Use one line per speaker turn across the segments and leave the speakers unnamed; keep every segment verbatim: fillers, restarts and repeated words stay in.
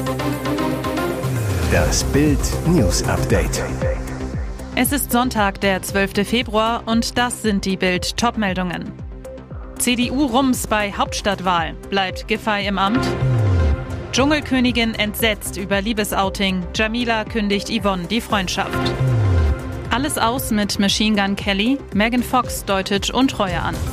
Das Bild News Update.
Es ist Sonntag, der zwölfte Februar, und das sind die Bild-Top-Meldungen. C D U-Rums bei Hauptstadtwahl. Bleibt Giffey im Amt? Dschungelkönigin entsetzt über Liebesouting. Jamila kündigt Yvonne die Freundschaft. Alles aus mit Machine Gun Kelly. Megan Fox deutet Untreue an.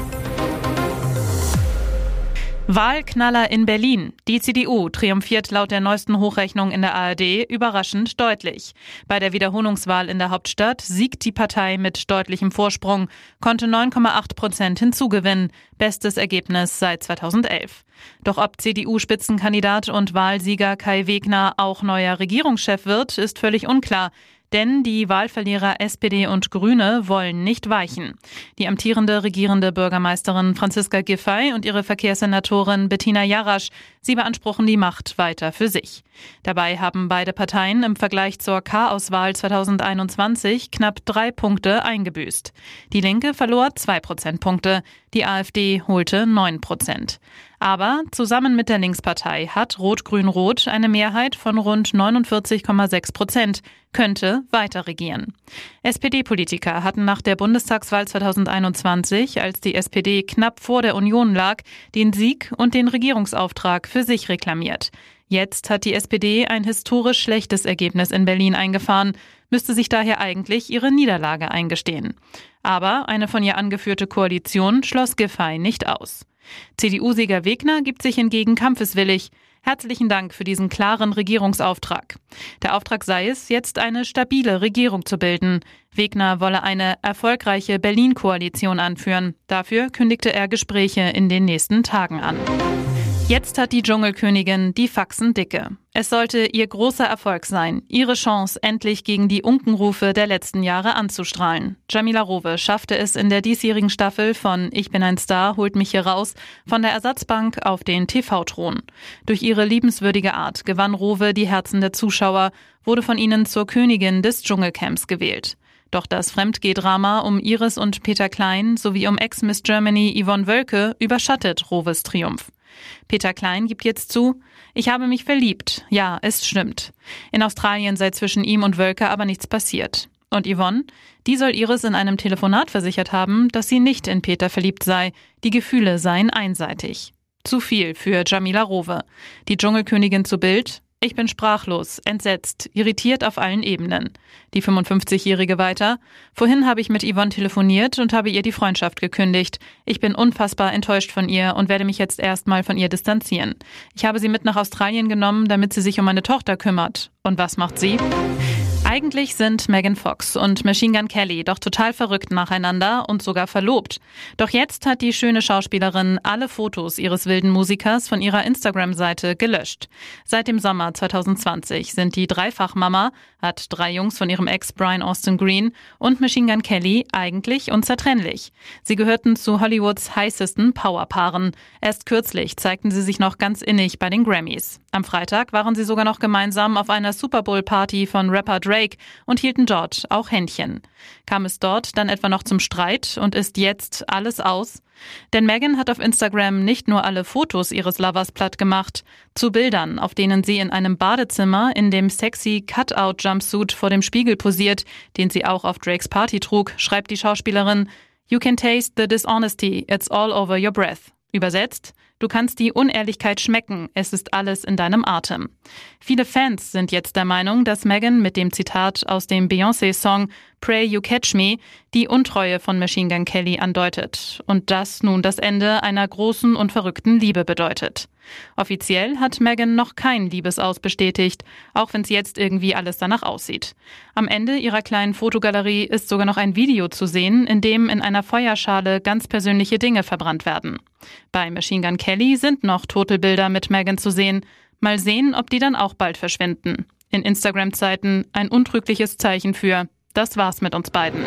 Wahlknaller in Berlin. Die C D U triumphiert laut der neuesten Hochrechnung in der A R D überraschend deutlich. Bei der Wiederholungswahl in der Hauptstadt siegt die Partei mit deutlichem Vorsprung, konnte neun Komma acht Prozent hinzugewinnen. Bestes Ergebnis seit zweitausendelf. Doch ob C D U-Spitzenkandidat und Wahlsieger Kai Wegner auch neuer Regierungschef wird, ist völlig unklar. Denn die Wahlverlierer S P D und Grüne wollen nicht weichen. Die amtierende regierende Bürgermeisterin Franziska Giffey und ihre Verkehrssenatorin Bettina Jarasch, sie beanspruchen die Macht weiter für sich. Dabei haben beide Parteien im Vergleich zur Chaoswahl zweitausendeinundzwanzig knapp drei Punkte eingebüßt. Die Linke verlor zwei Prozentpunkte, die AfD holte neun Prozent. Aber zusammen mit der Linkspartei hat Rot-Grün-Rot eine Mehrheit von rund neunundvierzig Komma sechs Prozent, könnte weiter regieren. S P D-Politiker hatten nach der Bundestagswahl zweitausendeinundzwanzig, als die S P D knapp vor der Union lag, den Sieg und den Regierungsauftrag für sich reklamiert. Jetzt hat die S P D ein historisch schlechtes Ergebnis in Berlin eingefahren, müsste sich daher eigentlich ihre Niederlage eingestehen. Aber eine von ihr angeführte Koalition schloss Giffey nicht aus. C D U-Sieger Wegner gibt sich hingegen kampfeswillig. Herzlichen Dank für diesen klaren Regierungsauftrag. Der Auftrag sei es, jetzt eine stabile Regierung zu bilden. Wegner wolle eine erfolgreiche Berlin-Koalition anführen. Dafür kündigte er Gespräche in den nächsten Tagen an. Jetzt hat die Dschungelkönigin die Faxen dicke. Es sollte ihr großer Erfolg sein, ihre Chance, endlich gegen die Unkenrufe der letzten Jahre anzustrahlen. Jamila Rowe schaffte es in der diesjährigen Staffel von Ich bin ein Star, holt mich hier raus von der Ersatzbank auf den T V-Thron. Durch ihre liebenswürdige Art gewann Rowe die Herzen der Zuschauer, wurde von ihnen zur Königin des Dschungelcamps gewählt. Doch das Fremdgeh-Drama um Iris und Peter Klein sowie um Ex-Miss Germany Yvonne Wölke überschattet Rowes Triumph. Peter Klein gibt jetzt zu, ich habe mich verliebt. Ja, es stimmt. In Australien sei zwischen ihm und Wölke aber nichts passiert. Und Yvonne, die soll Iris in einem Telefonat versichert haben, dass sie nicht in Peter verliebt sei. Die Gefühle seien einseitig. Zu viel für Jamila Rowe. Die Dschungelkönigin zu Bild. Ich bin sprachlos, entsetzt, irritiert auf allen Ebenen. Die fünfundfünfzigjährige weiter. Vorhin habe ich mit Yvonne telefoniert und habe ihr die Freundschaft gekündigt. Ich bin unfassbar enttäuscht von ihr und werde mich jetzt erstmal von ihr distanzieren. Ich habe sie mit nach Australien genommen, damit sie sich um meine Tochter kümmert. Und was macht sie? Eigentlich sind Megan Fox und Machine Gun Kelly doch total verrückt nacheinander und sogar verlobt. Doch jetzt hat die schöne Schauspielerin alle Fotos ihres wilden Musikers von ihrer Instagram-Seite gelöscht. Seit dem Sommer zweitausendzwanzig sind die Dreifachmama, hat drei Jungs von ihrem Ex Brian Austin Green und Machine Gun Kelly eigentlich unzertrennlich. Sie gehörten zu Hollywoods heißesten Powerpaaren. Erst kürzlich zeigten sie sich noch ganz innig bei den Grammys. Am Freitag waren sie sogar noch gemeinsam auf einer Super Bowl-Party von Rapper Drake und hielten dort auch Händchen. Kam es dort dann etwa noch zum Streit und ist jetzt alles aus? Denn Megan hat auf Instagram nicht nur alle Fotos ihres Lovers platt gemacht. Zu Bildern, auf denen sie in einem Badezimmer in dem sexy Cutout-Jumpsuit vor dem Spiegel posiert, den sie auch auf Drakes Party trug, schreibt die Schauspielerin, You can taste the dishonesty, it's all over your breath. Übersetzt, du kannst die Unehrlichkeit schmecken, es ist alles in deinem Atem. Viele Fans sind jetzt der Meinung, dass Megan mit dem Zitat aus dem Beyoncé-Song Pray You Catch Me die Untreue von Machine Gun Kelly andeutet und das nun das Ende einer großen und verrückten Liebe bedeutet. Offiziell hat Megan noch kein Liebesaus bestätigt, auch wenn es jetzt irgendwie alles danach aussieht. Am Ende ihrer kleinen Fotogalerie ist sogar noch ein Video zu sehen, in dem in einer Feuerschale ganz persönliche Dinge verbrannt werden. Bei Machine Gun Kelly sind noch Totelbilder mit Megan zu sehen. Mal sehen, ob die dann auch bald verschwinden. In Instagram-Zeiten ein untrügliches Zeichen für, das war's mit uns beiden.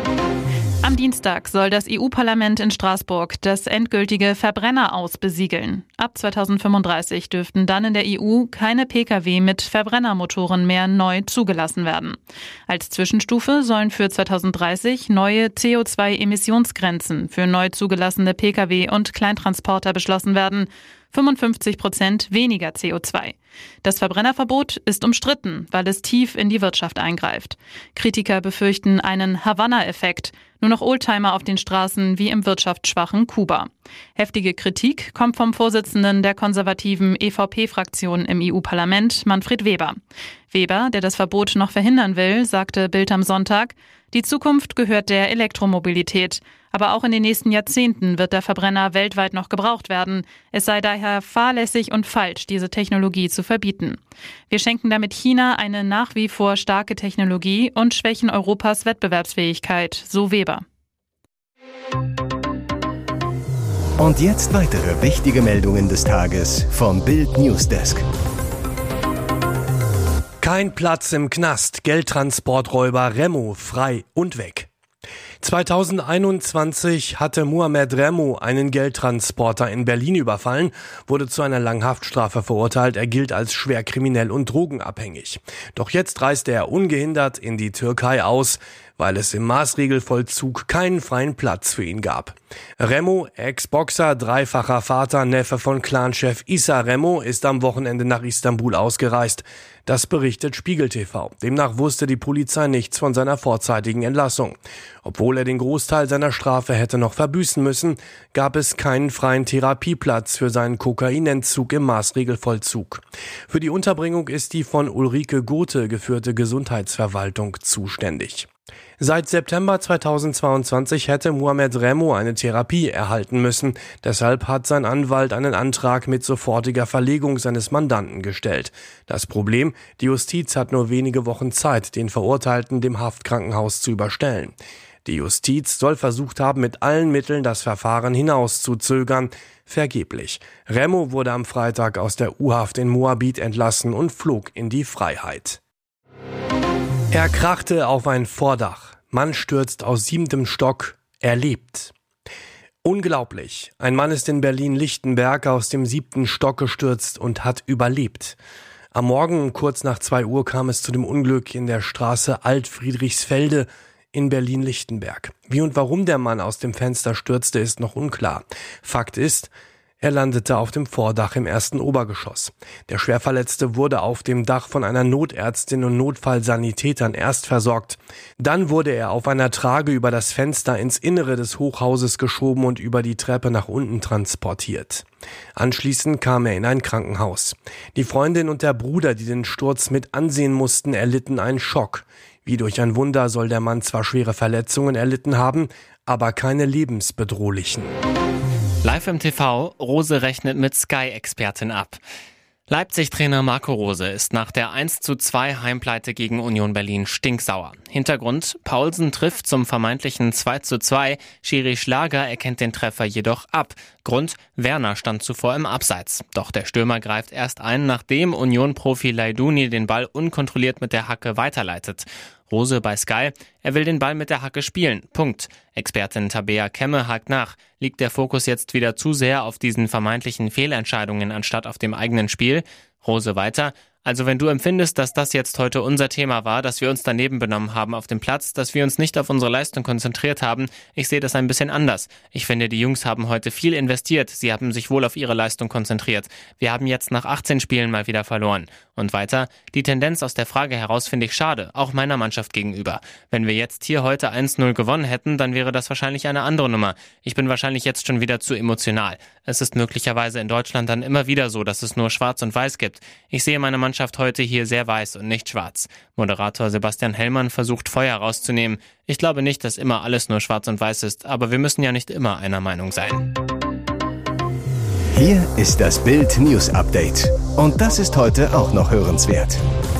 Am Dienstag soll das E U-Parlament in Straßburg das endgültige Verbrenneraus besiegeln. Ab zweitausendfünfunddreißig dürften dann in der E U keine Pkw mit Verbrennermotoren mehr neu zugelassen werden. Als Zwischenstufe sollen für zweitausenddreißig neue C O zwei Emissionsgrenzen für neu zugelassene Pkw und Kleintransporter beschlossen werden. fünfundfünfzig Prozent weniger C O zwei. Das Verbrennerverbot ist umstritten, weil es tief in die Wirtschaft eingreift. Kritiker befürchten einen Havanna-Effekt, nur noch Oldtimer auf den Straßen wie im wirtschaftsschwachen Kuba. Heftige Kritik kommt vom Vorsitzenden der konservativen E V P-Fraktion im E U-Parlament, Manfred Weber. Weber, der das Verbot noch verhindern will, sagte Bild am Sonntag, die Zukunft gehört der Elektromobilität. Aber auch in den nächsten Jahrzehnten wird der Verbrenner weltweit noch gebraucht werden. Es sei daher fahrlässig und falsch, diese Technologie zu verbieten. Wir schenken damit China eine nach wie vor starke Technologie und schwächen Europas Wettbewerbsfähigkeit, so Weber.
Und jetzt weitere wichtige Meldungen des Tages vom Bild Newsdesk.
Kein Platz im Knast, Geldtransporträuber Remo frei und weg. zweitausendeinundzwanzig hatte Mohamed Remo einen Geldtransporter in Berlin überfallen, wurde zu einer langen Haftstrafe verurteilt. Er gilt als schwer kriminell und drogenabhängig. Doch jetzt reiste er ungehindert in die Türkei aus, weil es im Maßregelvollzug keinen freien Platz für ihn gab. Remo, Ex-Boxer, dreifacher Vater, Neffe von Clanchef Issa Remo, ist am Wochenende nach Istanbul ausgereist. Das berichtet Spiegel T V. Demnach wusste die Polizei nichts von seiner vorzeitigen Entlassung. Obwohl er den Großteil seiner Strafe hätte noch verbüßen müssen, gab es keinen freien Therapieplatz für seinen Kokainentzug im Maßregelvollzug. Für die Unterbringung ist die von Ulrike Gothe geführte Gesundheitsverwaltung zuständig. Seit September zweitausendzweiundzwanzig hätte Mohamed Remo eine Therapie erhalten müssen. Deshalb hat sein Anwalt einen Antrag mit sofortiger Verlegung seines Mandanten gestellt. Das Problem: Die Justiz hat nur wenige Wochen Zeit, den Verurteilten dem Haftkrankenhaus zu überstellen. Die Justiz soll versucht haben, mit allen Mitteln das Verfahren hinauszuzögern. Vergeblich. Remo wurde am Freitag aus der U-Haft in Moabit entlassen und flog in die Freiheit. Er krachte auf ein Vordach. Mann stürzt aus siebtem Stock. Er lebt. Unglaublich. Ein Mann ist in Berlin-Lichtenberg aus dem siebten Stock gestürzt und hat überlebt. Am Morgen kurz nach zwei Uhr kam es zu dem Unglück in der Straße Alt-Friedrichsfelde in Berlin-Lichtenberg. Wie und warum der Mann aus dem Fenster stürzte, ist noch unklar. Fakt ist, er landete auf dem Vordach im ersten Obergeschoss. Der Schwerverletzte wurde auf dem Dach von einer Notärztin und Notfallsanitätern erst versorgt. Dann wurde er auf einer Trage über das Fenster ins Innere des Hochhauses geschoben und über die Treppe nach unten transportiert. Anschließend kam er in ein Krankenhaus. Die Freundin und der Bruder, die den Sturz mit ansehen mussten, erlitten einen Schock. Wie durch ein Wunder soll der Mann zwar schwere Verletzungen erlitten haben, aber keine lebensbedrohlichen.
Live im T V, Rose rechnet mit Sky-Expertin ab. Leipzig-Trainer Marco Rose ist nach der eins zu zwei Heimpleite gegen Union Berlin stinksauer. Hintergrund: Paulsen trifft zum vermeintlichen zwei zu zwei, Schiri Schlager erkennt den Treffer jedoch ab. Grund: Werner stand zuvor im Abseits. Doch der Stürmer greift erst ein, nachdem Union-Profi Laiduni den Ball unkontrolliert mit der Hacke weiterleitet. Rose bei Sky: Er will den Ball mit der Hacke spielen. Punkt. Expertin Tabea Kemme hakt nach. Liegt der Fokus jetzt wieder zu sehr auf diesen vermeintlichen Fehlentscheidungen anstatt auf dem eigenen Spiel? Rose weiter: Also wenn du empfindest, dass das jetzt heute unser Thema war, dass wir uns daneben benommen haben auf dem Platz, dass wir uns nicht auf unsere Leistung konzentriert haben, ich sehe das ein bisschen anders. Ich finde, die Jungs haben heute viel investiert, sie haben sich wohl auf ihre Leistung konzentriert. Wir haben jetzt nach achtzehn Spielen mal wieder verloren. Und weiter: Die Tendenz aus der Frage heraus finde ich schade, auch meiner Mannschaft gegenüber. Wenn wir jetzt hier heute eins null gewonnen hätten, dann wäre das wahrscheinlich eine andere Nummer. Ich bin wahrscheinlich jetzt schon wieder zu emotional. Es ist möglicherweise in Deutschland dann immer wieder so, dass es nur Schwarz und Weiß gibt. Ich sehe meine Mannschaft heute hier sehr weiß und nicht schwarz. Moderator Sebastian Hellmann versucht Feuer rauszunehmen. Ich glaube nicht, dass immer alles nur schwarz und weiß ist, aber wir müssen ja nicht immer einer Meinung sein.
Hier ist das Bild News Update. Und das ist heute auch noch hörenswert.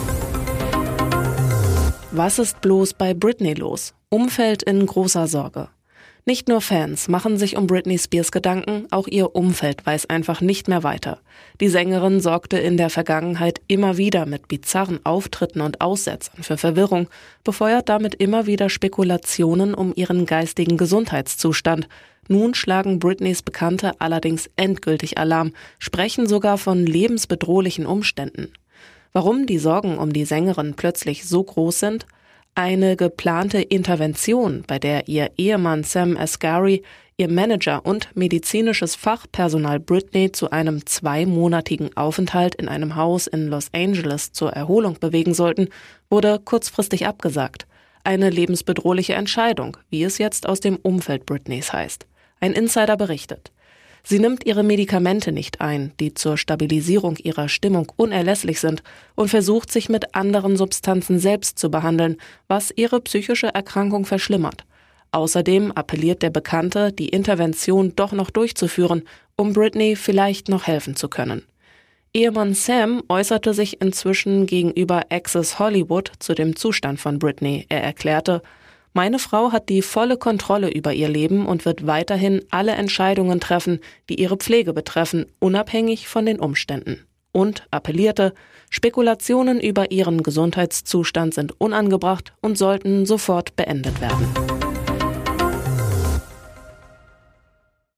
Was ist bloß bei Britney los? Umfeld in großer Sorge. Nicht nur Fans machen sich um Britney Spears Gedanken, auch ihr Umfeld weiß einfach nicht mehr weiter. Die Sängerin sorgte in der Vergangenheit immer wieder mit bizarren Auftritten und Aussetzern für Verwirrung, befeuert damit immer wieder Spekulationen um ihren geistigen Gesundheitszustand. Nun schlagen Britneys Bekannte allerdings endgültig Alarm, sprechen sogar von lebensbedrohlichen Umständen. Warum die Sorgen um die Sängerin plötzlich so groß sind? Eine geplante Intervention, bei der ihr Ehemann Sam Asghari ihr Manager und medizinisches Fachpersonal Britney zu einem zweimonatigen Aufenthalt in einem Haus in Los Angeles zur Erholung bewegen sollten, wurde kurzfristig abgesagt. Eine lebensbedrohliche Entscheidung, wie es jetzt aus dem Umfeld Britneys heißt. Ein Insider berichtet. Sie nimmt ihre Medikamente nicht ein, die zur Stabilisierung ihrer Stimmung unerlässlich sind, und versucht, sich mit anderen Substanzen selbst zu behandeln, was ihre psychische Erkrankung verschlimmert. Außerdem appelliert der Bekannte, die Intervention doch noch durchzuführen, um Britney vielleicht noch helfen zu können. Ehemann Sam äußerte sich inzwischen gegenüber Access Hollywood zu dem Zustand von Britney. Er erklärte: Meine Frau hat die volle Kontrolle über ihr Leben und wird weiterhin alle Entscheidungen treffen, die ihre Pflege betreffen, unabhängig von den Umständen. Und appellierte, Spekulationen über ihren Gesundheitszustand sind unangebracht und sollten sofort beendet werden.